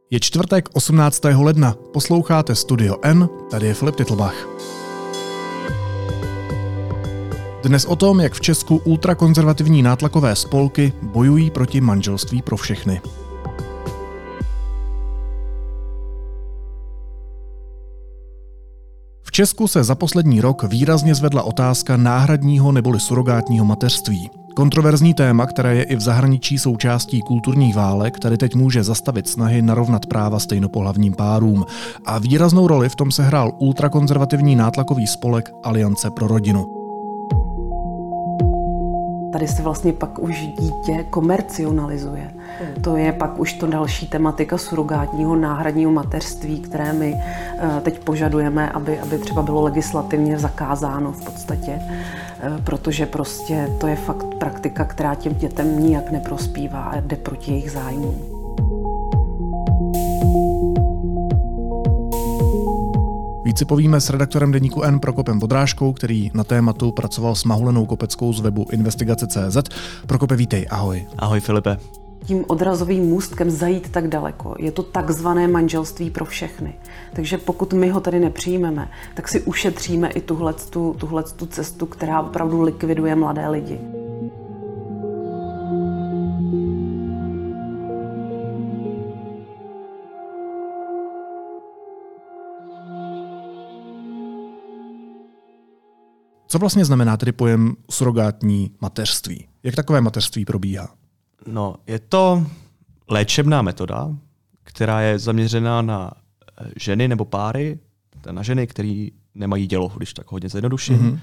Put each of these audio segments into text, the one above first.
Je čtvrtek 18. ledna, posloucháte Studio N, tady je Filip Titlbach. Dnes o tom, jak v Česku ultrakonzervativní nátlakové spolky bojují proti manželství pro všechny. V Česku se za poslední rok výrazně zvedla otázka náhradního neboli surogátního mateřství. Kontroverzní téma, které je i v zahraničí součástí kulturních válek, tady teď může zastavit snahy narovnat práva stejnopohlavním párům. A výraznou roli v tom sehrál ultrakonzervativní nátlakový spolek Aliance pro rodinu. Tady se vlastně pak už dítě komercionalizuje. To je pak už to další tematika surogátního náhradního mateřství, které my teď požadujeme, aby třeba bylo legislativně zakázáno v podstatě, protože prostě to je fakt praktika, která těm dětem nijak neprospívá a jde proti jejich zájmům. Víc si povíme s redaktorem deníku N Prokopem Vodrážkou, který na tématu pracoval s Mahulenou Kopeckou z webu Investigace.cz. Prokope, vítej, ahoj. Ahoj Filipe. Tím odrazovým můstkem zajít tak daleko je to takzvané manželství pro všechny. Takže pokud my ho tady nepřijmeme, tak si ušetříme i tuhletu cestu, která opravdu likviduje mladé lidi. Co vlastně znamená tedy pojem surogátní mateřství? Jak takové mateřství probíhá? No, je to léčebná metoda, která je zaměřená na ženy nebo páry, na ženy, které nemají dělohu, když tak hodně zjednoduším,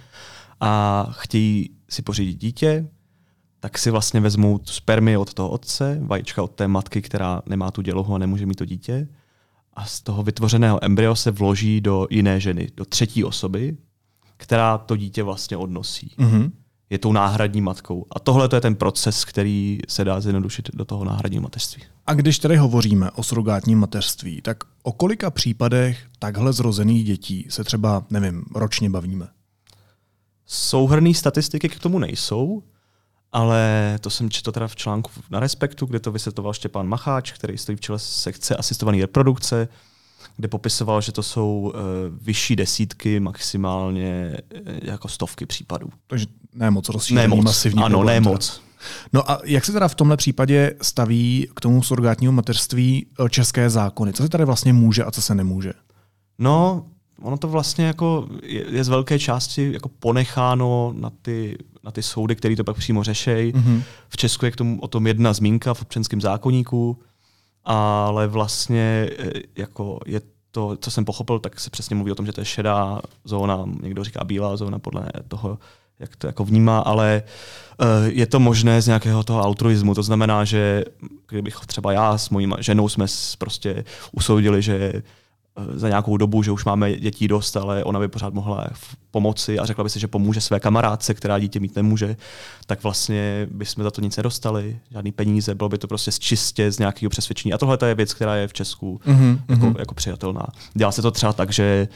a chtějí si pořídit dítě, tak si vlastně vezmou spermii od toho otce, vajíčka od té matky, která nemá tu dělohu a nemůže mít to dítě, a z toho vytvořeného embryo se vloží do jiné ženy, do třetí osoby, která to dítě vlastně odnosí. Je tou náhradní matkou. A tohle to je ten proces, který se dá zjednodušit do toho náhradního mateřství. A když tady hovoříme o surogátním mateřství, tak o kolika případech takhle zrozených dětí se třeba, ročně bavíme? Souhrnný statistiky k tomu nejsou, ale to jsem četl teda v článku na Respektu, kde to vysvětloval Štěpán Macháč, který stojí v čele sekce asistované reprodukce, kde popisoval, že to jsou vyšší desítky, maximálně jako stovky případů. Takže ne moc rozšířený, masivní problém. Ano, ne moc. No a jak se teda v tomhle případě staví k tomu surogátnímu mateřství české zákony? Co se tady vlastně může a co se nemůže? No, ono to vlastně jako je z velké části jako ponecháno na ty soudy, které to pak přímo řešejí. V Česku je k tomu o tom jedna zmínka v občanském zákoníku, ale vlastně jako je to, co jsem pochopil, tak se přesně mluví o tom, že to je šedá zóna, někdo říká bílá zóna podle toho, jak to jako vnímá, ale je to možné z nějakého toho altruismu. To znamená, že kdybych třeba já s mojí ženou jsme prostě usoudili, že za nějakou dobu, že už máme dětí dost, ale ona by pořád mohla pomoci a řekla by si, že pomůže své kamarádce, která dítě mít nemůže, tak vlastně bychom za to nic nedostali, žádný peníze, bylo by to prostě čistě z nějakého přesvědčení. A tohle je věc, která je v Česku jako přijatelná. Dělá se to třeba tak, že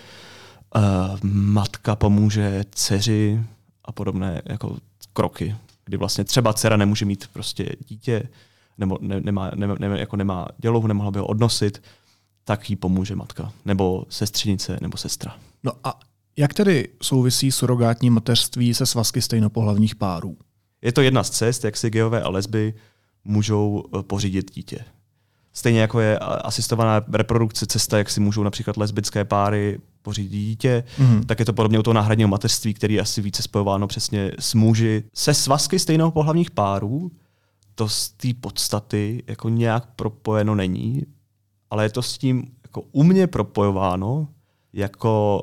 matka pomůže dceři a podobné jako kroky, kdy vlastně třeba dcera nemůže mít prostě dítě, nebo nemá dělohu, nemohla by ho odnosit, tak jí pomůže matka, nebo sestřenice, nebo sestra. No a jak tedy souvisí surogátní mateřství se svazky stejnopohlavních párů? Je to jedna z cest, jak si gayové a lesby můžou pořídit dítě. Stejně jako je asistovaná reprodukce cesta, jak si můžou například lesbické páry pořídit dítě, tak je to podobně u toho náhradního mateřství, který je asi více spojováno přesně s muži. Se svazky stejnopohlavních párů to z té podstaty jako nějak propojeno není, ale je to s tím jako umě propojováno jako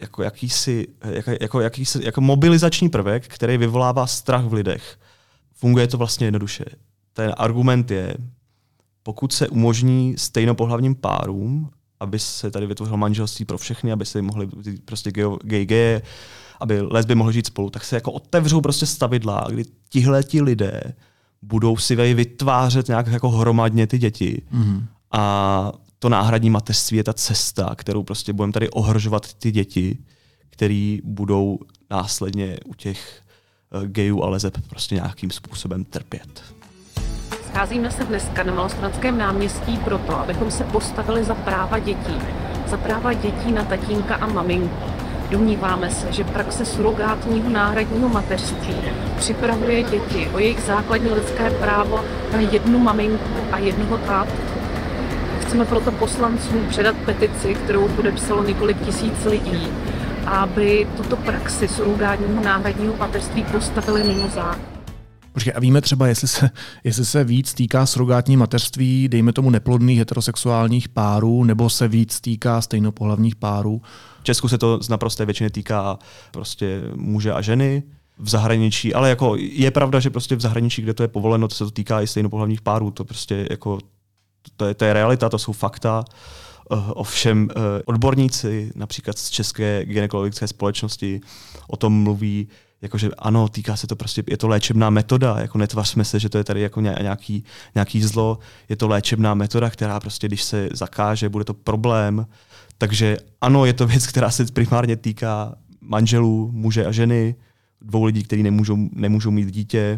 mobilizační prvek, který vyvolává strach v lidech. Funguje to vlastně jednoduše. Ten argument je, pokud se umožní stejnopohlavním párům, aby se tady vytvořilo manželství pro všechny, aby se mohli prostě gay, aby lesby mohly žít spolu, tak se jako otevřou prostě stavidla, kdy tihleti lidé budou si vytvářet nějak jako hromadně ty děti. A to náhradní mateřství je ta cesta, kterou prostě budeme tady ohrožovat ty děti, který budou následně u těch gayů a leseb prostě nějakým způsobem trpět. Scházíme se dneska na Malostranském náměstí proto, abychom se postavili za práva dětí. Za práva dětí na tatínka a maminku. Domníváme se, že praxe surogátního náhradního mateřství připravuje děti o jejich základní lidské právo na jednu maminku a jednoho tátu. Chceme proto poslancům předat petici, kterou podepsalo několik tisíc lidí, aby tuto praxi surogátního náhradního mateřství postavili mimo zákon. Počkej, a víme třeba, jestli se víc týká surogátní mateřství, dejme tomu neplodných heterosexuálních párů, nebo se víc týká stejnopohlavních párů? V Česku se to z naprosté většiny týká prostě muže a ženy, v zahraničí, ale jako je pravda, že prostě v zahraničí, kde to je povoleno, to se to týká i stejnopohlavních párů, to prostě jako to je realita, to jsou fakta. Ovšem odborníci, například z České gynekologické společnosti, o tom mluví, jakože ano, týká se to prostě, je to léčebná metoda, jako netvařme se, že to je tady jako nějaký zlo, je to léčebná metoda, která prostě, když se zakáže, bude to problém. Takže ano, je to věc, která se primárně týká manželů, muže a ženy, dvou lidí, kteří nemůžou mít dítě,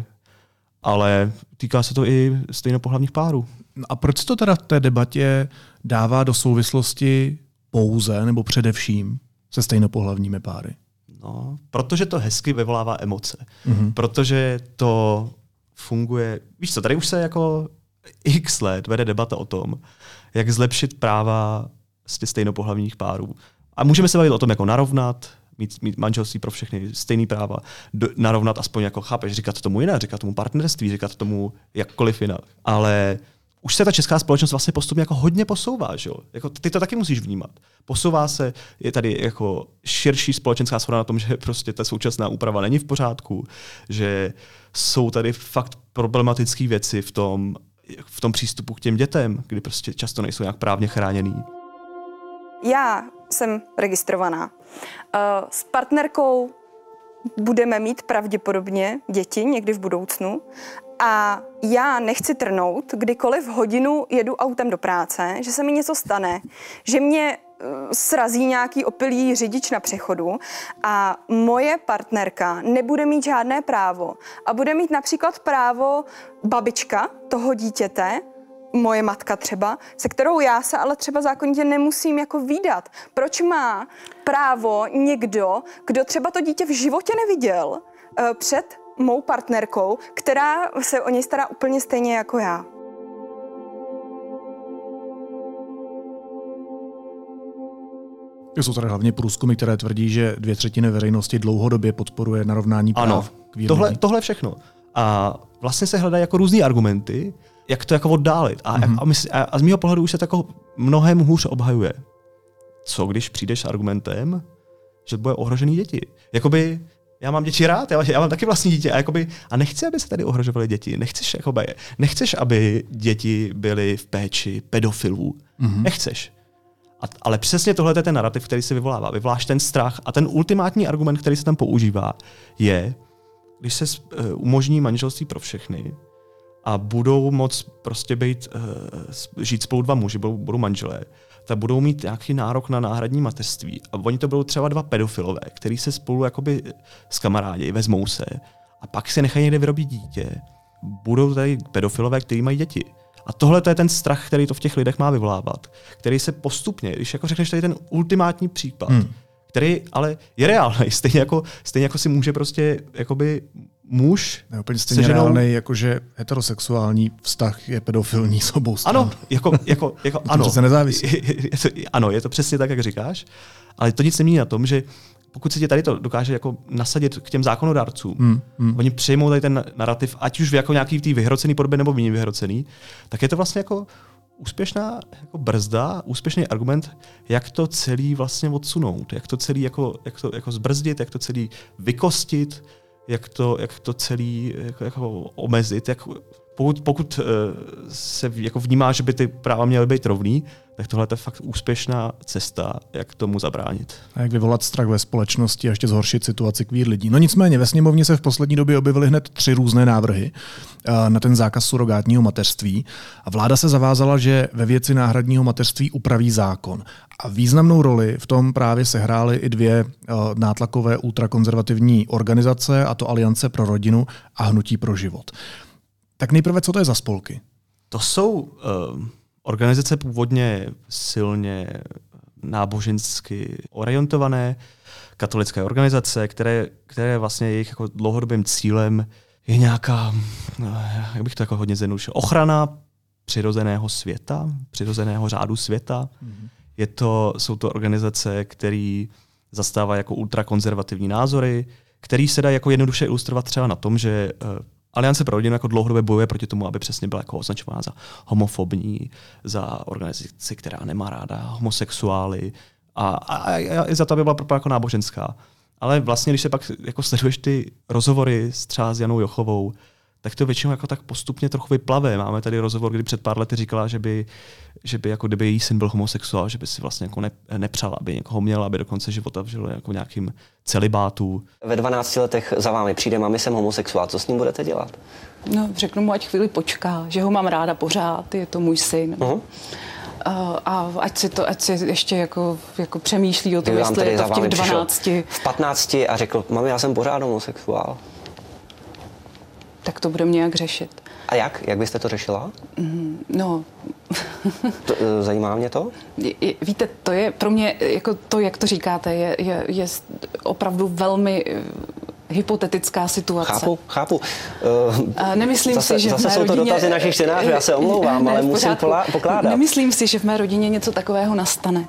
ale týká se to i stejnopohlavních párů. A proč se to teda v té debatě dává do souvislosti pouze nebo především se stejnopohlavními páry? No, protože to hezky vyvolává emoce. Mm-hmm. Protože to funguje... Víš co, tady už se jako x let vede debata o tom, jak zlepšit práva stejnopohlavních párů. A můžeme se bavit o tom, jako narovnat, mít manželství pro všechny, stejný práva, narovnat aspoň jako chápeš, říkat tomu jinak, říkat tomu partnerství, říkat tomu jakkoliv jinak. Ale už se ta česká společnost vlastně postupně jako hodně posouvá, že jo? Jako ty to taky musíš vnímat. Posouvá se, je tady jako širší společenská shoda na tom, že prostě ta současná úprava není v pořádku, že jsou tady fakt problematické věci v tom přístupu k těm dětem, kdy prostě často nejsou nějak právně chráněný. Já jsem registrovaná. S partnerkou budeme mít pravděpodobně děti někdy v budoucnu a já nechci trnout, kdykoliv hodinu jedu autem do práce, že se mi něco stane, že mě srazí nějaký opilý řidič na přechodu a moje partnerka nebude mít žádné právo a bude mít například právo babička toho dítěte, moje matka třeba, se kterou já se ale třeba zákonitě nemusím jako vídat. Proč má právo někdo, kdo třeba to dítě v životě neviděl, před mou partnerkou, která se o něj stará úplně stejně jako já? Jsou tady hlavně průzkumy, které tvrdí, že 2/3 veřejnosti dlouhodobě podporuje narovnání práv. Ano, tohle všechno. A vlastně se hledají jako různý argumenty, jak to jako oddálit. A z mého pohledu už se to jako mnohem hůř obhajuje. Co když přijdeš s argumentem, že bude ohrožený děti? Jakoby já mám děti rád, já mám taky vlastní dítě a nechci, aby se tady ohrožovaly děti. Nechceš, aby děti byly v péči pedofilů. Mm-hmm. Nechceš. Ale přesně tohle je ten narrativ, který se vyvolává. Vyvoláš ten strach a ten ultimátní argument, který se tam používá, je, když se umožní manželství pro všechny a budou moct prostě žít spolu dva muži, budou manželé, tak budou mít nějaký nárok na náhradní mateřství. A oni to budou třeba dva pedofilové, který se spolu jakoby skamarádějí, vezmou se a pak se nechají někde vyrobit dítě. Budou tady pedofilové, kteří mají děti. A tohle to je ten strach, který to v těch lidech má vyvolávat, který se postupně, když jako řekneš tady ten ultimátní případ, který ale je reálný, stejně jako si může prostě jakoby muž ne, úplně stejně se ženou... reálný, jakože heterosexuální vztah je pedofilní s obou stran. Ano, ano. To se nezávisí. Ano, je to přesně tak, jak říkáš, ale to nic nemění na tom, že pokud se tě tady to dokáže jako nasadit k těm zákonodárcům, oni přejmou tady ten narrativ, ať už v jako nějaký tý vyhrocený podobě nebo méně vyhrocený, tak je to vlastně jako úspěšná jako brzda, úspěšný argument, jak to celý vlastně odsunout, jak to celý jako zbrzdit, jak to celý vykostit, jak to celý jako omezit. Pokud se jako vnímá, že by ty práva měly být rovný, tak tohle je fakt úspěšná cesta, jak tomu zabránit. A jak vyvolat strach ve společnosti a ještě zhoršit situaci queer lidí. No nicméně ve sněmovně se v poslední době objevily hned 3 různé návrhy na ten zákaz surogátního mateřství a vláda se zavázala, že ve věci náhradního mateřství upraví zákon. A významnou roli v tom právě sehrály i 2 nátlakové ultrakonzervativní organizace, a to Aliance pro rodinu a Hnutí pro život. Tak nejprve, co to je za spolky? To jsou organizace původně silně nábožensky orientované, katolické organizace, které vlastně jejich jako dlouhodobým cílem je nějaká, jak bych to jako hodně zjednodušil, ochrana přirozeného světa, přirozeného řádu světa. Jsou to organizace, které zastávají jako ultrakonzervativní názory, který se dá jako jednoduše ilustrovat třeba na tom, že Aliance pro rodinu jako dlouhodobě bojuje proti tomu, aby přesně byla jako označována za homofobní, za organizaci, která nemá ráda homosexuály a za to, aby byla jako náboženská. Ale vlastně, když se pak jako sleduješ ty rozhovory třeba s Janou Jochovou, tak to většinou jako tak postupně trochu vyplave. Máme tady rozhovor, kdy před pár lety říkala, že by jako kdyby její syn byl homosexuál, že by si vlastně jako nepřála, aby někoho měl, aby do konce života žil jako nějakým celibátu. Ve 12 letech za vámi přijde mami, jsem homosexuál, co s ním budete dělat? No, řeknu mu, ať chvíli počká, že ho mám ráda pořád, je to můj syn. A ať si ještě jako přemýšlí o tom, jestli je to v těch 12. V 15 a řekl, mami, já jsem pořád homosexuál. Tak to budeme nějak řešit. A jak? Jak byste to řešila? No. Zajímá mě to? Víte, to je pro mě, jako to, jak to říkáte, je opravdu velmi hypotetická situace. Chápu. Nemyslím si, že zase jsou to dotazy našich čtenářů, já se omlouvám, ale musím pokládat. Nemyslím si, že v mé rodině něco takového nastane.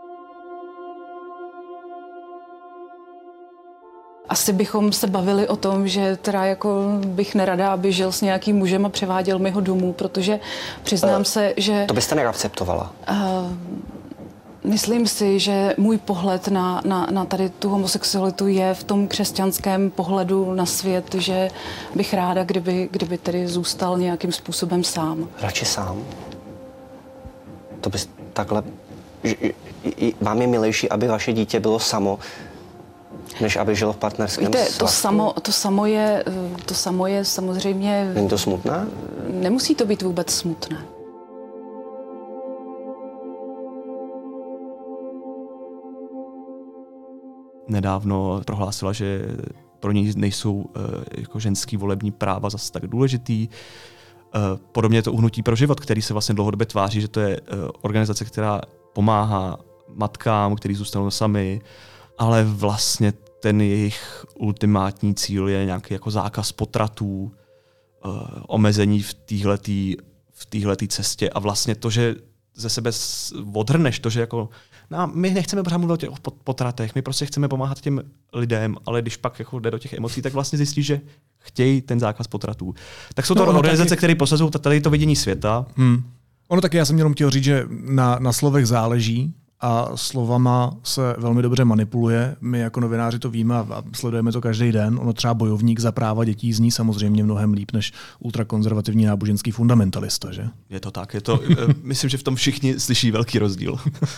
Asi bychom se bavili o tom, že teda jako bych nerada, aby žil s nějakým mužem a převáděl mi ho domů, protože přiznám se, že... To byste neakceptovala? Myslím si, že můj pohled na tady tu homosexualitu je v tom křesťanském pohledu na svět, že bych ráda, kdyby tedy zůstal nějakým způsobem sám. Radši sám? To bys takhle... Vám je milejší, aby vaše dítě bylo samo, než aby žilo v partnerském svazku? To samo je samozřejmě... Není to smutné? Nemusí to být vůbec smutné. Nedávno prohlásila, že pro ní nejsou jako ženský volební práva zase tak důležitý. Podobně je to Hnutí pro život, který se vlastně dlouhodobě tváří, že to je organizace, která pomáhá matkám, který zůstanou sami, ale vlastně ten jejich ultimátní cíl je nějaký jako zákaz potratů, omezení v téhletý cestě a vlastně to, že ze sebe odhrneš to, že jako my nechceme pořád mluvit o těch potratech, my prostě chceme pomáhat těm lidem, ale když pak jako jde do těch emocí, tak vlastně zjistíš, že chtějí ten zákaz potratů. Tak jsou to organizace, které posazují tady to vidění světa. Ono taky, já jsem jenom chtěl říct, že na slovech záleží a slovama se velmi dobře manipuluje. My jako novináři to víme a sledujeme to každý den. Ono třeba bojovník za práva dětí zní samozřejmě mnohem líp než ultrakonzervativní náboženský fundamentalista, že? Je to tak. Myslím, že v tom všichni slyší velký rozdíl.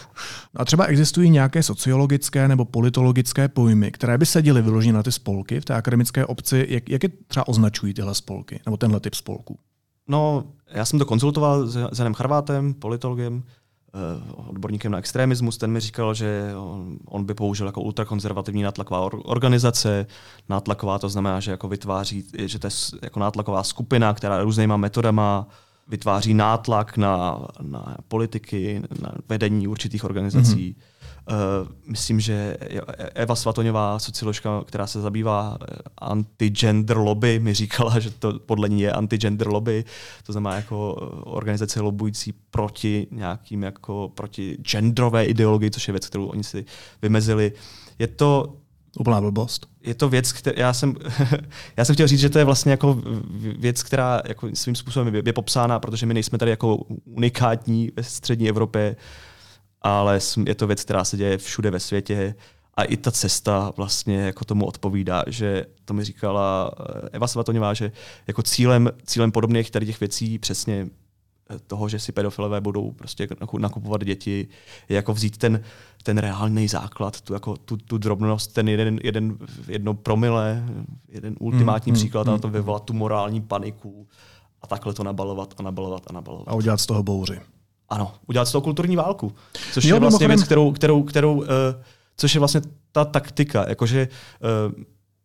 A třeba existují nějaké sociologické nebo politologické pojmy, které by seděly vyloženě na ty spolky v té akademické obci. Jak je třeba označují tyhle spolky nebo tenhle typ spolků? No, já jsem to konzultoval s Janem Charvátem, politologem, odborníkem na extremismus, ten mi říkal, že on by použil jako ultrakonzervativní nátlaková organizace. Nátlaková to znamená, že jako vytváří, že to je jako nátlaková skupina, která různýma metodama vytváří nátlak na politiky, na vedení určitých organizací. Myslím, že Eva Svatoňová, socioložka, která se zabývá anti-gender lobby, mi říkala, že to podle ní je anti-gender lobby, to znamená jako organizace lobující proti nějakým jako proti genderové ideologii, což je věc, kterou oni si vymezili. Je to úplná blbost. Je to věc, já jsem chtěl říct, že to je vlastně jako věc, která jako svým způsobem je popsána, protože my nejsme tady jako unikátní ve střední Evropě, ale je to věc, která se děje všude ve světě a i ta cesta vlastně jako tomu odpovídá, že to mi říkala Eva Svatoňová, že jako cílem podobných tady těch věcí, přesně toho, že si pedofilové budou prostě nakupovat děti, je jako vzít ten reálný základ, tu drobnost, ten jedno promile, jeden ultimátní příklad a to vyvolat tu morální paniku a takhle to nabalovat. A udělat z toho bouři. Ano, udělat z toho kulturní válku, což je vlastně věc, což je vlastně ta taktika, jakože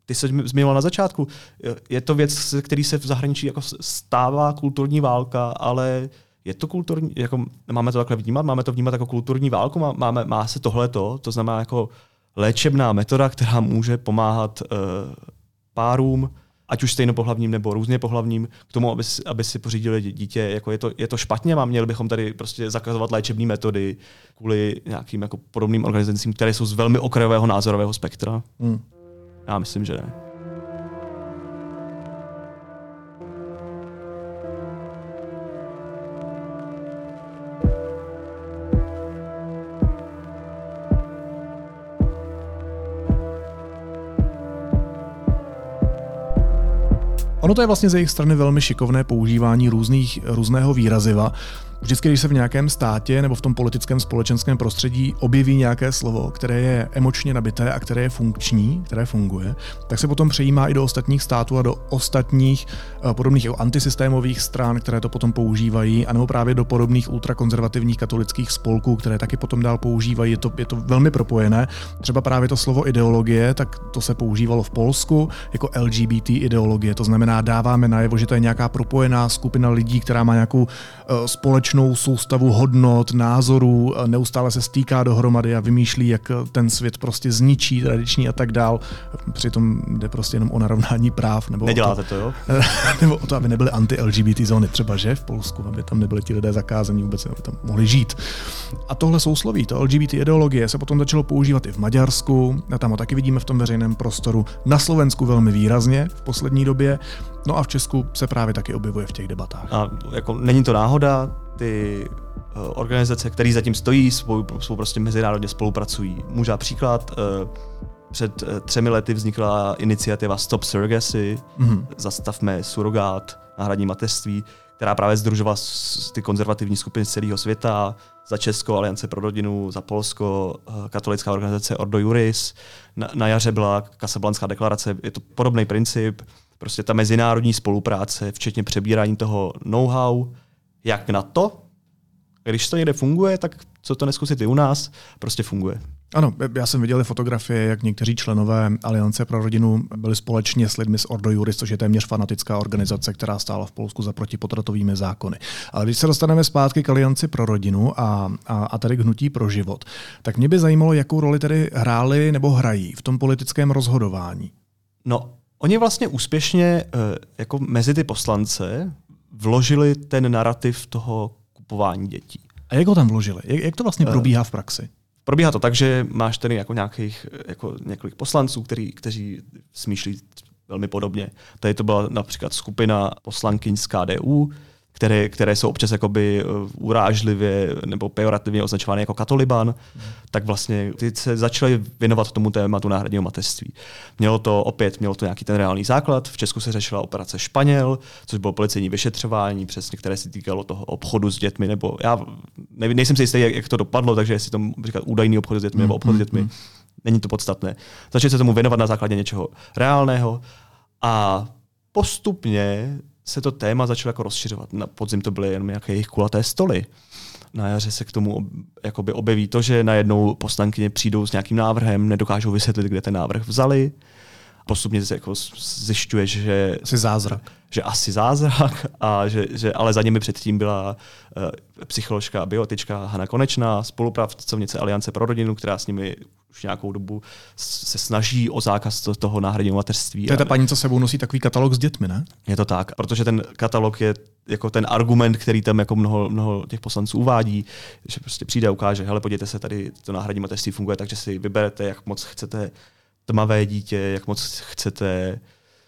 ty se zmiňoval na začátku, je to věc, který se v zahraničí jako stává kulturní válka, ale je to kulturní, jako máme to takhle vnímat, máme to vnímat jako kulturní válku, má se tohleto, to znamená jako léčebná metoda, která může pomáhat párům, ať už stejnopohlavním nebo různě pohlavním, k tomu, aby si pořídili dítě. Jako je to špatně, měli bychom tady prostě zakazovat léčebné metody kvůli nějakým jako podobným organizacím, které jsou z velmi okrajového názorového spektra? Já myslím, že ne. Ono to je vlastně z jejich strany velmi šikovné používání různého výraziva. Vždycky, když se v nějakém státě nebo v tom politickém společenském prostředí objeví nějaké slovo, které je emočně nabité a které je funkční, které funguje, tak se potom přejímá i do ostatních států a do ostatních podobných jako antisystémových stran, které to potom používají, anebo právě do podobných ultrakonzervativních katolických spolků, které taky potom dál používají. Je to velmi propojené. Třeba právě to slovo ideologie, tak to se používalo v Polsku jako LGBT ideologie. To znamená, dáváme najevo, že to je nějaká propojená skupina lidí, která má nějakou společnou soustavu hodnot, názorů, neustále se stýká dohromady a vymýšlí, jak ten svět prostě zničí tradiční a tak dál. Přitom jde prostě jenom o narovnání práv. Nebo neděláte to, jo? Nebo o to, aby nebyly anti-LGBT zóny, třeba že v Polsku, aby tam nebyli ti lidé zakázaní vůbec, aby tam mohli žít. A tohle sousloví, to LGBT ideologie se potom začalo používat i v Maďarsku, a tam ho taky vidíme v tom veřejném prostoru, na Slovensku velmi výrazně v poslední době, no a v Česku se právě taky objevuje v těch debatách. A jako není to náhoda, ty organizace, které zatím stojí, jsou prostě mezinárodně spolupracují. Můžu příklad, před 3 lety vznikla iniciativa Stop Surrogacy, zastavme surogát, náhradní mateřství, která právě sdružovala ty konzervativní skupiny z celého světa, za Česko Aliance pro rodinu, za Polsko katolická organizace Ordo Juris, na jaře byla Casablanská deklarace, je to podobný princip, prostě ta mezinárodní spolupráce, včetně přebírání toho know-how, jak na to, když to někde funguje, tak co to neskusit i u nás, prostě funguje. Ano, já jsem viděl fotografie, jak někteří členové Aliance pro rodinu byli společně s lidmi z Ordo Juris, což je téměř fanatická organizace, která stála v Polsku za protipotratovými zákony. Ale když se dostaneme zpátky k Alianci pro rodinu a tady k hnutí pro život, tak mě by zajímalo, jakou roli tedy hráli nebo hrají v tom politickém rozhodování. No, oni vlastně úspěšně jako mezi ty poslance vložili ten narrativ toho kupování dětí. A jak ho tam vložili? Jak to vlastně probíhá v praxi? Probíhá to tak, že máš tady jako několik poslanců, kteří smýšlí velmi podobně. Tady to byla například skupina poslankyň z KDU, které jsou občas jakoby urážlivě nebo pejorativně označovány jako katoliban, tak vlastně ty se začaly věnovat tomu tématu náhradního mateřství. Mělo to nějaký ten reálný základ. V Česku se řešila operace Španěl, což bylo policejní vyšetřování, přesně které se týkalo toho obchodu s dětmi, nebo já nejsem si jistý, jak to dopadlo, takže jestli to říkat údajný obchod s dětmi nebo obchod s dětmi, není to podstatné. Začali se tomu věnovat na základě něčeho reálného a postupně se to téma začalo jako rozšiřovat. Na podzim to byly jenom nějaké jejich kulaté stoly. Na jaře se k tomu jakoby objeví to, že najednou poslankyně přijdou s nějakým návrhem, nedokážou vysvětlit, kde ten návrh vzali. Postupně se jako zjišťuje, že asi zázrak, a že ale za nimi předtím byla psycholožka a biotička Hana Konečná, spolupracovnice Aliance pro rodinu, která s nimi už nějakou dobu se snaží o zákaz toho náhradního mateřství. To je ta paní, co sebou nosí takový katalog s dětmi, ne? Je to tak, protože ten katalog je jako ten argument, který tam jako mnoho těch poslanců uvádí, že prostě přijde a ukáže, hele, podívejte se, tady to náhradní mateřství funguje, takže si vyberete, jak moc chcete tmavé dítě, jak moc chcete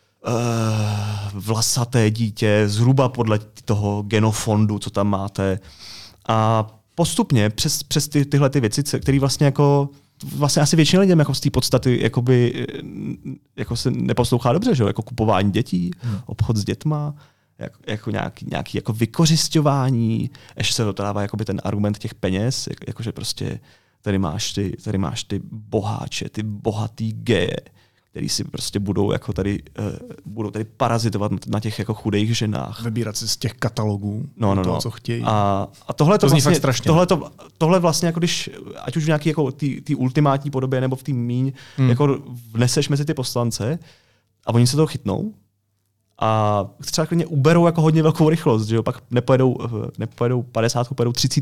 vlasaté dítě, zhruba podle toho genofondu, co tam máte. A postupně přes tyhle ty věci, které vlastně asi většině lidem jako z té podstaty jako se neposlouchá dobře, že? Jako kupování dětí, obchod s dětma, jako nějaký jako vykořisťování, ještě se dodává jakoby ten argument těch peněz, jakože prostě tady máš ty boháče, ty bohatý geje, který si prostě budou tady parazitovat na těch jako chudých ženách. Vybírat si z těch katalogů, co chtějí. A tohle to vlastně strašně. Tohle vlastně jako když ať už v nějaký jako té ultimátní podobě nebo v té míň jako vneseš mezi ty poslance, a oni se toho chytnou a třeba klidně uberou jako hodně velkou rychlost, že jo, pak nepojedou 50, pojedou 30.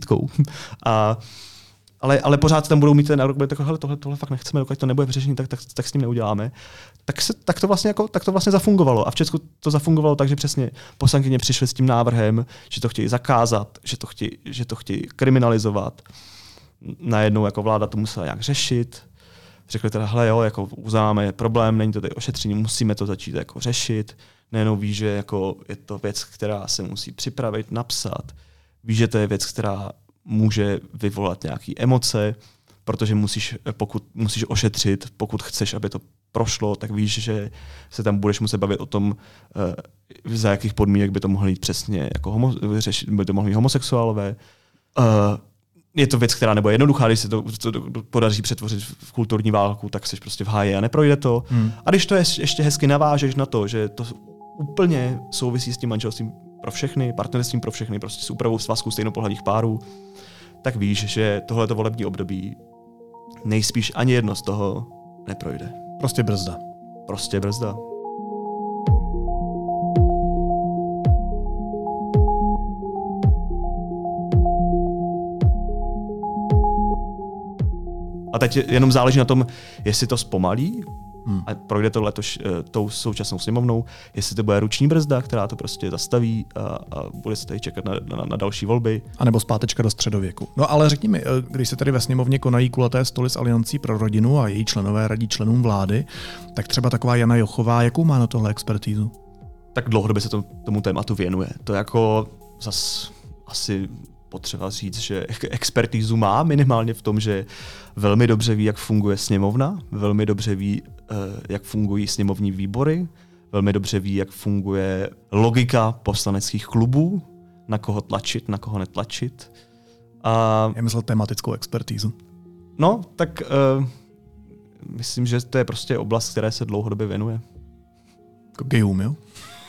Ale pořád tam budou mít ten nárok, tohle fakt nechceme, dokud to nebude vyřešený, tak s tím neuděláme. Tak to vlastně zafungovalo. A v Česku to zafungovalo tak, že přesně poslankyně přišly s tím návrhem, že to chtějí zakázat, že to chtějí kriminalizovat. Najednou jako vláda to musela nějak řešit. Řekli teda, hele jo, jako uznáme problém, není to tady ošetření, musíme to začít jako řešit. Nejenom víš, že jako je to věc, která se musí připravit, napsat. Víš, že to je věc, která může vyvolat nějaké emoce, protože pokud musíš ošetřit, pokud chceš, aby to prošlo, tak víš, že se tam budeš muset bavit o tom, za jakých podmínek by to mohlo jít přesně, jako by to mohlo být homosexuálové. Je to věc, která nebude jednoduchá, když se to podaří přetvořit v kulturní válku, tak jsi prostě v háji a neprojde to. A když to ještě hezky navážeš na to, že to úplně souvisí s tím manželstvím pro všechny, partnerstvím pro všechny, prostě s úpravou svazků stejnopohlavních párů, tak víš, že tohleto volební období nejspíš ani jedno z toho neprojde. Prostě brzda. Prostě brzda. A teď jenom záleží na tom, jestli to zpomalí a projde to letos tou současnou sněmovnou, jestli to bude ruční brzda, která to prostě zastaví a bude se tady čekat na další volby. A nebo zpátečka do středověku. No ale řekni mi, když se tady ve sněmovně konají kulaté stoly s Aliancí pro rodinu a její členové radí členům vlády, tak třeba taková Jana Jochová, jakou má na tohle expertízu? Tak dlouhodobě se tomu tématu věnuje. To jako zas asi potřeba říct, že expertízu má minimálně v tom, že velmi dobře ví, jak funguje sněmovna, velmi dobře ví, jak fungují sněmovní výbory, velmi dobře ví, jak funguje logika poslaneckých klubů, na koho tlačit, na koho netlačit. Já myslel tematickou expertízu. No, tak myslím, že to je prostě oblast, které se dlouhodobě věnuje. Jako gejům, jo?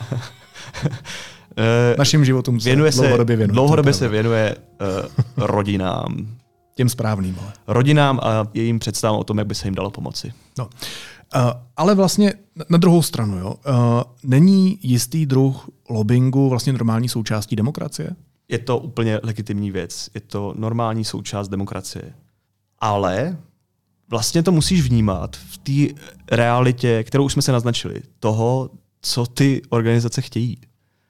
Našim životům se dlouhodobě se věnuje rodinám. Těm správným. Rodinám a jejím představám o tom, jak by se jim dalo pomoci. No. Ale vlastně na druhou stranu, jo, není jistý druh lobbingu vlastně normální součástí demokracie? Je to úplně legitimní věc. Je to normální součást demokracie. Ale vlastně to musíš vnímat v té realitě, kterou už jsme se naznačili. Toho, co ty organizace chtějí.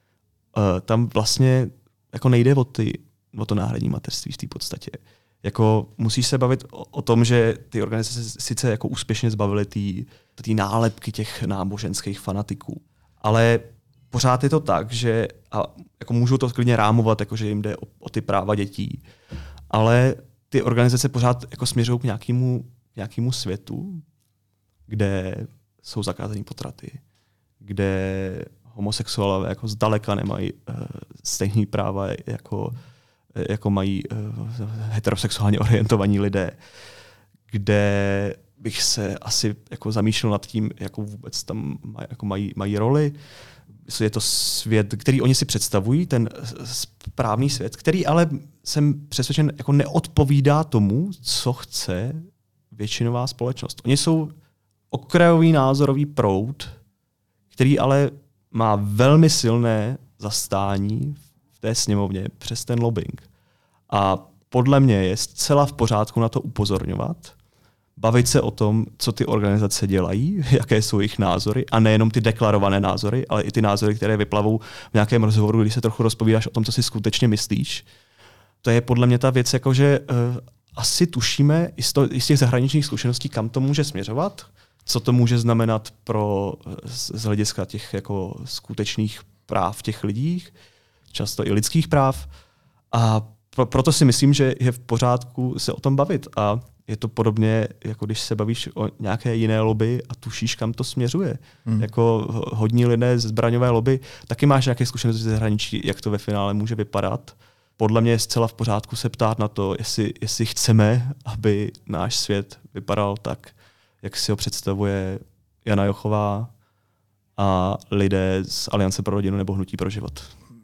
Tam vlastně jako nejde o to náhradní mateřství v té podstatě. Jako musíš se bavit o tom, že ty organizace sice jako úspěšně zbavily té nálepky těch náboženských fanatiků, ale pořád je to tak, že a jako můžou to klidně rámovat, jako že jim jde o ty práva dětí, ale ty organizace pořád jako směřují k nějakému světu, kde jsou zakázané potraty, kde homosexuálové jako zdaleka nemají stejné práva, jako mají heterosexuálně orientovaní lidé, kde bych se asi jako zamýšlel nad tím, jako vůbec tam mají roli. Je to svět, který oni si představují, ten správný svět, který ale jsem přesvědčen jako neodpovídá tomu, co chce většinová společnost. Oni jsou okrajový názorový proud, který ale má velmi silné zastání v té sněmovně přes ten lobbying. A podle mě je zcela v pořádku na to upozorňovat, bavit se o tom, co ty organizace dělají, jaké jsou jejich názory, a nejenom ty deklarované názory, ale i ty názory, které vyplavou v nějakém rozhovoru, když se trochu rozpovídáš o tom, co si skutečně myslíš. To je podle mě ta věc, jakože asi tušíme i z těch zahraničních zkušeností, kam to může směřovat, co to může znamenat z hlediska těch jako skutečných práv těch lidí, často i lidských práv. A proto si myslím, že je v pořádku se o tom bavit. A je to podobně, jako když se bavíš o nějaké jiné lobby a tušíš, kam to směřuje. Jako hodní lidé ze zbraňové lobby, taky máš nějaké zkušenosti ze zahraničí, jak to ve finále může vypadat. Podle mě je zcela v pořádku se ptát na to, jestli chceme, aby náš svět vypadal tak, jak si ho představuje Jana Jochová a lidé z Aliance pro rodinu nebo Hnutí pro život.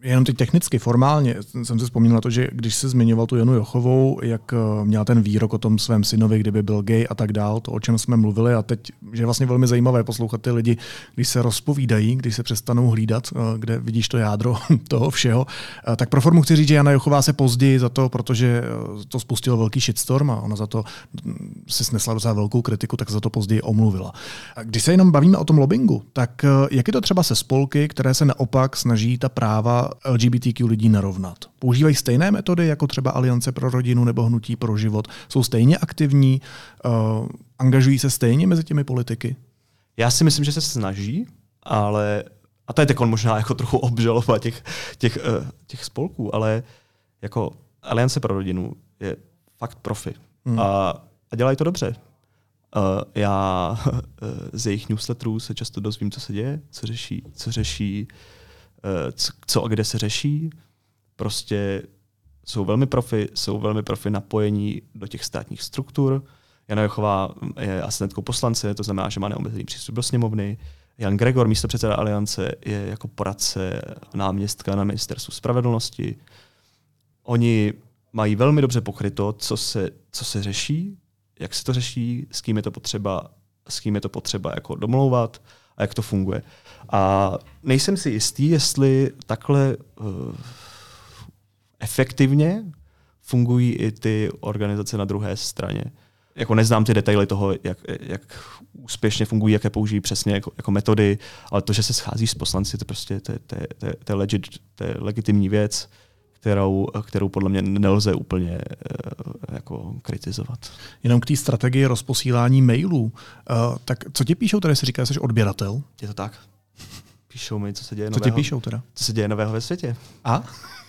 Jenom teď technicky, formálně jsem si vzpomněl na to, že když se zmiňoval tu Janu Jochovou, jak měla ten výrok o tom svém synovi, kdyby byl gay a tak dál, to, o čem jsme mluvili, a teď že je vlastně velmi zajímavé poslouchat ty lidi, když se rozpovídají, když se přestanou hlídat, kde vidíš to jádro toho všeho. Tak pro formu chci říct, že Jana Jochová se později za to, protože to spustilo velký shitstorm a ona za to si snesla docela velkou kritiku, tak za to později omluvila. A když se jenom bavíme o tom lobbingu, tak jak je to třeba se spolky, které se naopak snaží ta práva LGBTQ lidí narovnat? Používají stejné metody jako třeba Aliance pro rodinu nebo Hnutí pro život? Jsou stejně aktivní? Angažují se stejně mezi těmi politiky? Já si myslím, že se snaží, ale a to je takon možná jako trochu obžaloba těch spolků, ale jako Aliance pro rodinu je fakt profi. A dělají to dobře. Já z jejich newsletterů se často dozvím, co se děje, co řeší, co a kde se řeší. Prostě jsou velmi profi napojení do těch státních struktur. Jana Jochová je asistentkou poslance, to znamená, že má neomezený přístup do sněmovny. Jan Gregor, místopředseda Aliance, je jako poradce náměstka na ministerstvu spravedlnosti. Oni mají velmi dobře pokryto, co se řeší, jak se to řeší, s kým je to potřeba jako domlouvat a jak to funguje. A nejsem si jistý, jestli takhle efektivně fungují i ty organizace na druhé straně. Jako neznám ty detaily toho, jak úspěšně fungují, jaké použijí přesně jako metody, ale to, že se schází s poslanci, to prostě to je legitimní věc, kterou podle mě nelze úplně jako kritizovat. Jenom k té strategii rozposílání mailů. Tak co ti píšou, tady se říká, že jsi odběratel? Je to tak. Píšou mi, co se děje nového. Co ti píšou teda? Co se děje nového ve světě. A?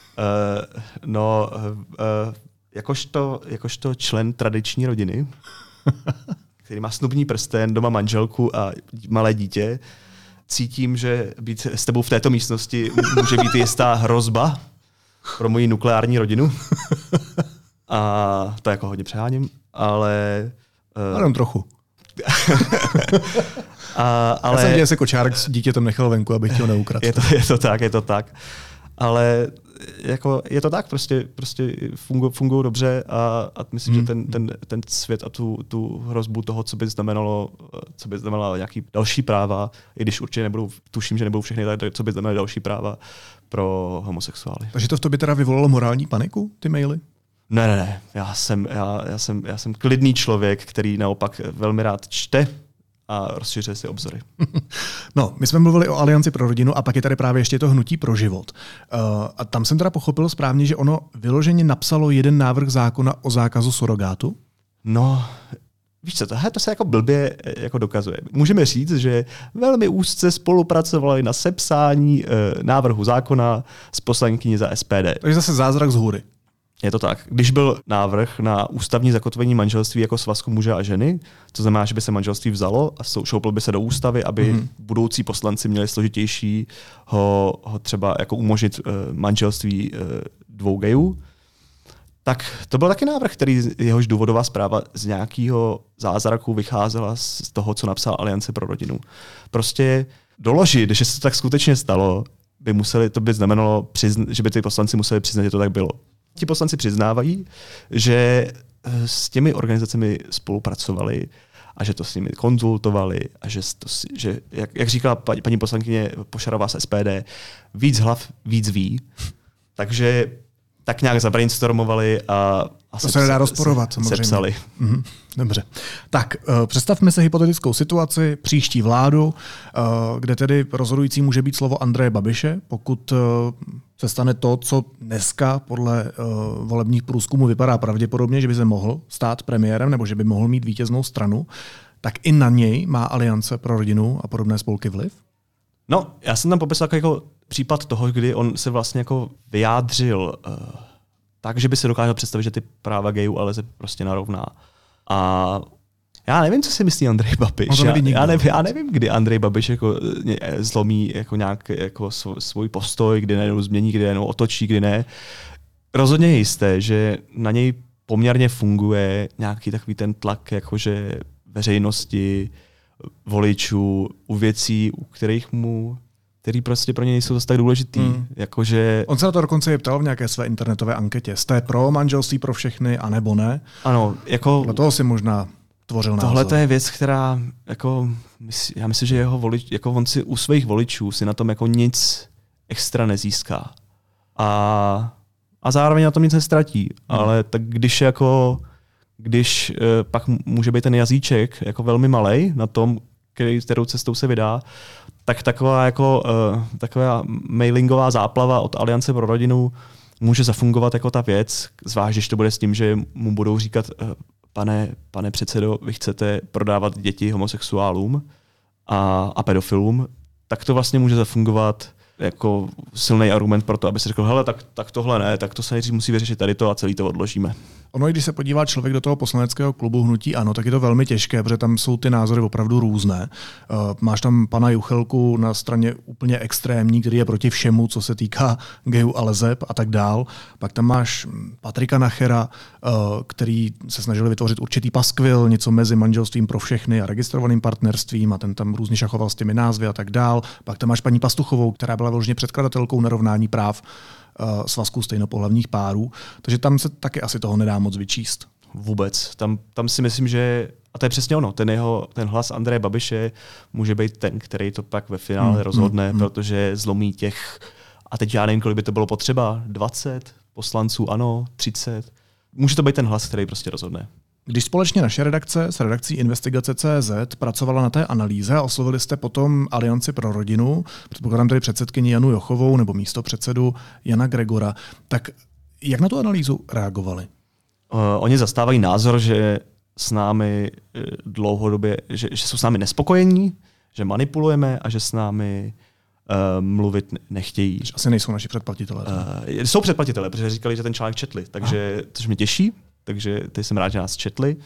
Jakožto člen tradiční rodiny, který má snubní prsten, doma manželku a malé dítě, cítím, že být s tebou v této místnosti může být jistá hrozba pro moji nukleární rodinu. A to jako hodně přeháním, ale... Jenom trochu. Ale... Já jsem dělal se kočárek s dítětem nechal venku, abych ho neukradl. Je to tak. Ale jako je to tak, prostě fungují dobře a myslím, že ten svět a tu hrozbu toho, co by znamenalo nějaký další práva, i když určitě tuším, že nebudou všechny, co by znamenalo další práva pro homosexuály. Takže to v tobě teda vyvolalo morální paniku, ty maily? Ne. Já jsem klidný člověk, který naopak velmi rád čte a rozšiřuje si obzory. No, my jsme mluvili o Alianci pro rodinu a pak je tady právě ještě to Hnutí pro život. A tam jsem teda pochopil správně, že ono vyloženě napsalo jeden návrh zákona o zákazu surogátu? No, víš co, to se jako blbě jako dokazuje. Můžeme říct, že velmi úzce spolupracovali na sepsání návrhu zákona s poslankyní za SPD. Takže zase zázrak z hůry. Je to tak. Když byl návrh na ústavní zakotvení manželství jako svazku muže a ženy, to znamená, že by se manželství vzalo a šouplo by se do ústavy, aby budoucí poslanci měli složitější ho třeba jako umožnit manželství dvou gayů, tak to byl taky návrh, který jehož důvodová zpráva z nějakého zázraku vycházela z toho, co napsal Aliance pro rodinu. Prostě doložit, že se to tak skutečně stalo, to by znamenalo, že by ty poslanci museli přiznat, že to tak bylo. Ti poslanci přiznávají, že s těmi organizacemi spolupracovali a že to s nimi konzultovali a že jak říkala paní poslankyně Pošarová z SPD, víc hlav, víc ví. Takže tak nějak zabrainstormovali a to se nedá rozporovat, samozřejmě. Sepsali. Dobře. Tak představme se hypotetickou situaci, příští vládu, kde tedy rozhodující může být slovo Andreje Babiše, pokud se stane to, co dneska podle volebních průzkumů vypadá pravděpodobně, že by se mohl stát premiérem nebo že by mohl mít vítěznou stranu, tak i na něj má Aliance pro rodinu a podobné spolky vliv? No, já jsem tam popisal jako případ toho, kdy on se vlastně jako vyjádřil tak, že by se dokázal představit, že ty práva gayů ale se prostě narovná. A já nevím, co si myslí Andrej Babiš. Já nevím, kdy Andrej Babiš jako zlomí jako nějak jako svůj postoj, kdy najednou změní, kdy najednou otočí, kdy ne. Rozhodně je jisté, že na něj poměrně funguje nějaký takový ten tlak jakože veřejnosti, voličů, u věcí, u kterých mu který prostě pro ně nejsou zase tak důležitý. Jakože... On se na to dokonce ptal v nějaké své internetové anketě. Jste pro manželství pro všechny, anebo ne? Ano, jako... Podle toho si možná tvořil názor. Tohle to je věc, která, jako, já myslím, že jeho jako on si u svých voličů si na tom jako nic extra nezíská. A zároveň na tom nic nestratí. Ale tak když pak může být ten jazyček jako velmi malej na tom, kterou cestou se vydá, tak taková mailingová záplava od Aliance pro rodinu může zafungovat jako ta věc, zvlášť když to bude s tím, že mu budou říkat pane předsedo, vy chcete prodávat děti homosexuálům a pedofilům, tak to vlastně může zafungovat jako silný argument pro to, aby se řekl, hele, tak tohle ne, tak to se nejdřív musí vyřešit tady to a celý to odložíme. Ono, když se podívá člověk do toho poslaneckého klubu hnutí ANO, tak je to velmi těžké, protože tam jsou ty názory opravdu různé. Máš tam pana Juchelku na straně úplně extrémní, který je proti všemu, co se týká gayů a leseb a tak dál. Pak tam máš Patrika Nachera, který se snažil vytvořit určitý paskvil, něco mezi manželstvím pro všechny a registrovaným partnerstvím, a ten tam různě šachoval s těmi názvy a tak dál. Pak tam máš paní Pastuchovou, která byla vyloženě předkladatelkou narovnání práv svazků stejnopohlavních párů, takže tam se taky asi toho nedá moc vyčíst. Vůbec. Tam si myslím, že, a to je přesně ono, ten hlas Andreje Babiše může být ten, který to pak ve finále rozhodne, protože zlomí těch, a teď já nevím, kolik by to bylo potřeba, 20 poslanců, ano, 30. Může to být ten hlas, který prostě rozhodne. Když společně naše redakce s redakcí Investigace.cz pracovala na té analýze a oslovili jste potom Alianci pro rodinu, předpokládám tedy předsedkyni Janu Jochovou nebo místopředsedu Jana Gregora, tak jak na tu analýzu reagovali? Oni zastávají názor, že s námi dlouhodobě, že jsou s námi nespokojení, že manipulujeme a že s námi mluvit nechtějí. Asi nejsou naši předplatitelé. Jsou předplatitelé, protože říkali, že ten článek četli, takže což mě těší. Takže teď jsem rád, že nás četli.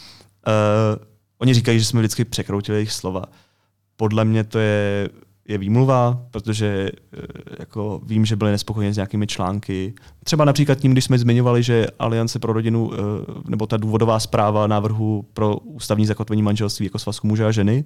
Oni říkají, že jsme vždycky překroutili jejich slova. Podle mě to je výmluva, protože jako vím, že byli nespokojeni s nějakými články. Třeba například tím, když jsme zmiňovali, že Aliance pro rodinu, nebo ta důvodová zpráva návrhu pro ústavní zakotvení manželství jako svazku muže a ženy,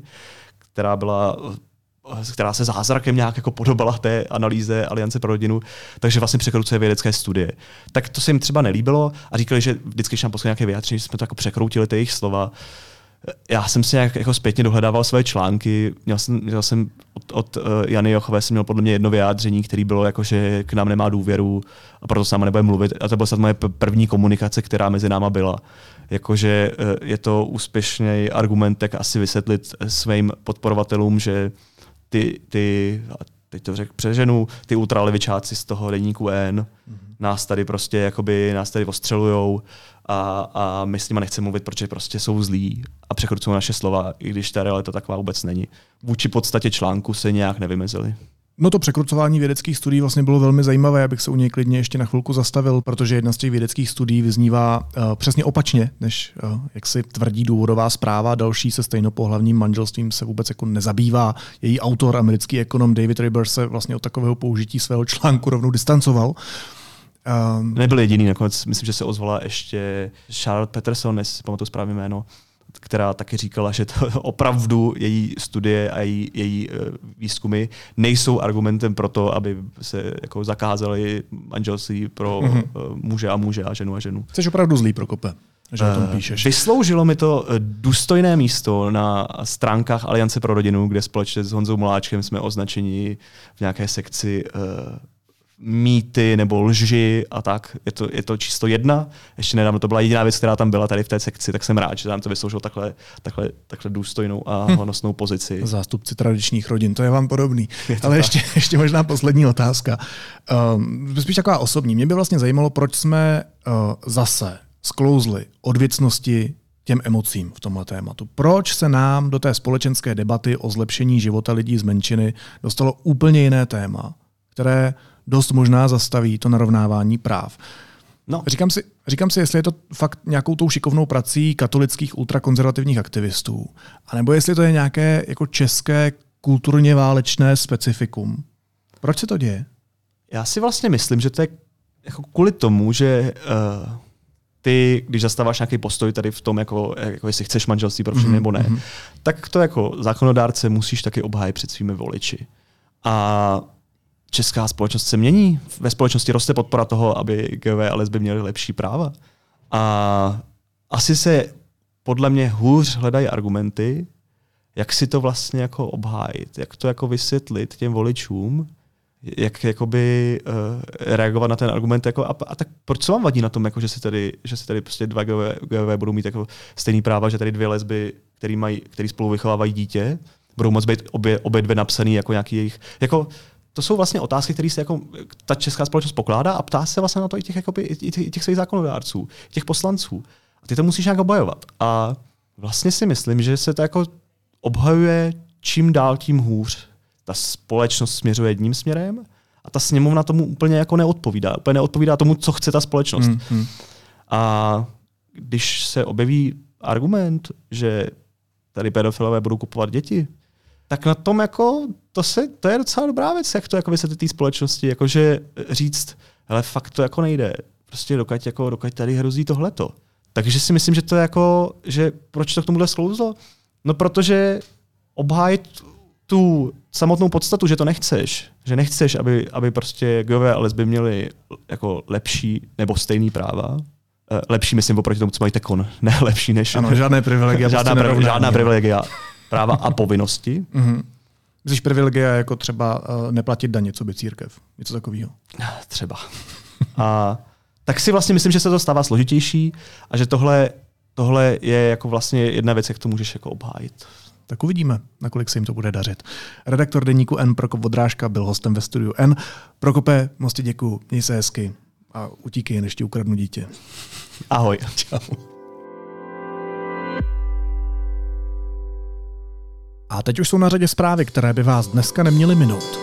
která se zázrakem nějak jako podobala té analýze Aliance pro rodinu, takže vlastně překrucuje vědecké studie. Tak to se jim třeba nelíbilo a říkali, že vždycky, když nám poslali nějaké vyjádření, že jsme to jako překroutili ty jejich slova. Já jsem si nějak jako zpětně dohledával své články. Měl jsem od Jany Jochové jsem měl podle mě jedno vyjádření, které bylo jako, že k nám nemá důvěru a proto s námi nebude mluvit. A to byla moje první komunikace, která mezi náma byla. Jakože je to úspěšný argument, jak asi vysvětlit svým podporovatelům, že teď to přeženu, ty ultralevičáci z toho deníku N nás tady prostě jakoby, nás tady ostřelujou a my s nimi nechceme mluvit, protože prostě jsou zlí a překrucují naše slova, i když ta realita taková vůbec není. Vůči podstatě článku se nějak nevymezili. No to překrucování vědeckých studií vlastně bylo velmi zajímavé, abych se u něj klidně ještě na chvilku zastavil, protože jedna z těch vědeckých studií vyznívá přesně opačně, než jak si tvrdí důvodová zpráva. Další se stejnopohlavním manželstvím se vůbec jako nezabývá. Její autor, americký ekonom David Rivers, se vlastně od takového použití svého článku rovnou distancoval. Nebyl jediný, nakonec myslím, že se ozvala ještě Charlotte Peterson, jestli si pamatuju správně jméno, která taky říkala, že to opravdu její studie a její výzkumy nejsou argumentem pro to, aby se jako zakázaly manželství pro muže a ženu a ženu. Jsi opravdu zlý, Prokope, že o tom píšeš. Vysloužilo mi to důstojné místo na stránkách Aliance pro rodinu, kde společně s Honzou Moláčkem jsme označeni v nějaké sekci mýty nebo lži a tak. Je to číslo 1. Ještě nedávno to byla jediná věc, která tam byla tady v té sekci, tak jsem rád, že tam to vysloužilo takhle důstojnou a honosnou pozici. Zástupci tradičních rodin, to je vám podobný. Ale ještě možná poslední otázka. Spíš taková osobní. Mě by vlastně zajímalo, proč jsme zase sklouzli od věcnosti těm emocím v tomhle tématu. Proč se nám do té společenské debaty o zlepšení života lidí z menšiny dostalo úplně jiné téma, které dost možná zastaví to narovnávání práv. No. Říkám si, jestli je to fakt nějakou tou šikovnou prací katolických ultrakonzervativních aktivistů, anebo jestli to je nějaké jako české kulturně válečné specifikum. Proč se to děje? Já si vlastně myslím, že to je jako kvůli tomu, že ty, když zastáváš nějaký postoj tady v tom, jako jestli chceš manželství pro všechny nebo ne, tak to jako zákonodárce musíš taky obhájit před svými voliči. A česká společnost se mění. Ve společnosti roste podpora toho, aby gayové a lesby měly lepší práva. A asi se podle mě hůř hledají argumenty, jak si to vlastně jako obhájit, jak to jako vysvětlit těm voličům, jak jakoby reagovat na ten argument jako a tak proč co vám vadí na tom, jako, že si tady prostě dva gayové budou mít jako stejný práva, že tady dvě lesby, který spolu vychovávají dítě, budou moct být obě dvě napsaný jako nějaký jejich jako to jsou vlastně otázky, které se jako ta česká společnost pokládá a ptá se vlastně na to i těch svých zákonodárců, těch poslanců. A ty to musíš nějak obhajovat. A vlastně si myslím, že se to jako obhajuje čím dál tím hůř. Ta společnost směřuje jedním směrem a ta sněmovna tomu úplně jako neodpovídá. Úplně neodpovídá tomu, co chce ta společnost. A když se objeví argument, že tady pedofilové budou kupovat děti, tak na tom jako to je docela dobrá věc, jak to jako vysvětlit té společnosti, jakože říct, hele, fakt to jako nejde. Prostě dokud tady hrozí tohleto. Takže si myslím, že to je jako, že proč to k tomuhle sklouzlo? No protože obhájit tu samotnou podstatu, že to nechceš, aby prostě gayové a lesby měli jako lepší nebo stejný práva. Lepší myslím oproti tomu, co mají tekon. Ne lepší než... Ano, žádné privilegia. žádná privilegia. Práva a povinnosti. Myslíš privilegia jako třeba neplatit daně, co by církev? Něco takového? Třeba. A tak si vlastně myslím, že se to stává složitější a že tohle je jako vlastně jedna věc, jak to můžeš jako obhájit. Tak uvidíme, nakolik se jim to bude dařit. Redaktor deníku N Prokop Vodrážka byl hostem ve studiu N. Prokope, moc ti děkuju, měj se hezky a utíkej, než ti ukradnu dítě. Ahoj. Čau. A teď už jsou na řadě zprávy, které by vás dneska neměly minout.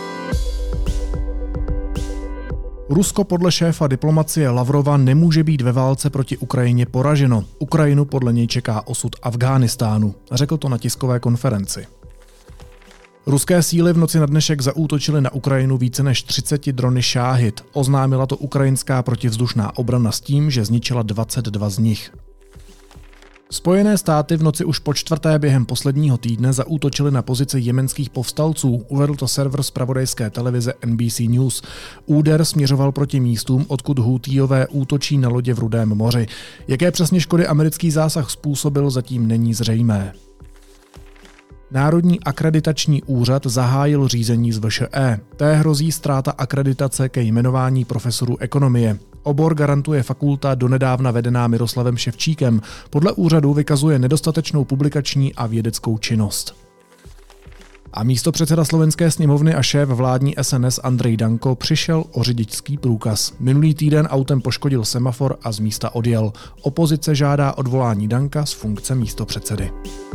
Rusko podle šéfa diplomacie Lavrova nemůže být ve válce proti Ukrajině poraženo. Ukrajinu podle něj čeká osud Afghánistánu, řekl to na tiskové konferenci. Ruské síly v noci na dnešek zaútočily na Ukrajinu více než 30 drony Šáhid. Oznámila to ukrajinská protivzdušná obrana s tím, že zničila 22 z nich. Spojené státy v noci už po čtvrté během posledního týdne zaútočily na pozici jemenských povstalců, uvedl to server zpravodajské televize NBC News. Úder směřoval proti místům, odkud Húthíové útočí na lodě v Rudém moři. Jaké přesně škody americký zásah způsobil, zatím není zřejmé. Národní akreditační úřad zahájil řízení z VŠE. Té hrozí ztráta akreditace ke jmenování profesorů ekonomie. Obor garantuje fakulta donedávna vedená Miroslavem Ševčíkem. Podle úřadu vykazuje nedostatečnou publikační a vědeckou činnost. A místopředseda Slovenské sněmovny a šéf vládní SNS Andrej Danko přišel o řidičský průkaz. Minulý týden autem poškodil semafor a z místa odjel. Opozice žádá odvolání Danka z funkce místopředsedy.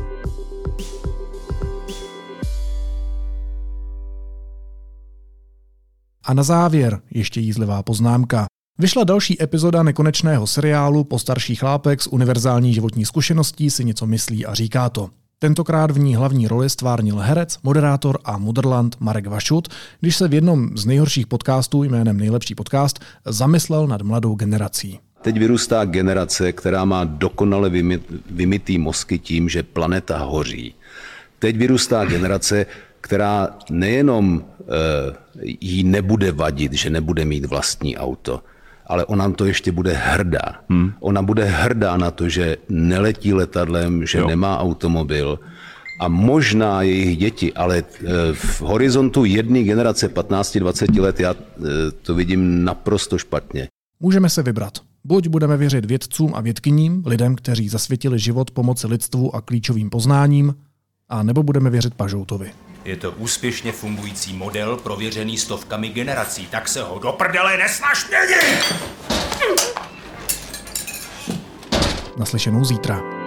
A na závěr ještě jízlivá poznámka. Vyšla další epizoda nekonečného seriálu Postarší chlápek s univerzální životní zkušeností si něco myslí a říká to. Tentokrát v ní hlavní roli stvárnil herec, moderátor a mudrland Marek Vašut, když se v jednom z nejhorších podcastů jménem Nejlepší podcast zamyslel nad mladou generací. Teď vyrůstá generace, která má dokonale vymytý mozky tím, že planeta hoří. Teď vyrůstá generace, která nejenom jí nebude vadit, že nebude mít vlastní auto, ale ona to ještě bude hrdá. Ona bude hrdá na to, že neletí letadlem, že nemá automobil a možná jejich děti, ale v horizontu jedné generace 15-20 let já to vidím naprosto špatně. Můžeme se vybrat. Buď budeme věřit vědcům a vědkyním, lidem, kteří zasvětili život pomoci lidstvu a klíčovým poznáním, a nebo budeme věřit Pažoutovi. Je to úspěšně fungující model prověřený stovkami generací, tak se ho do prdele nesnaž měnit! Naslyšenou zítra.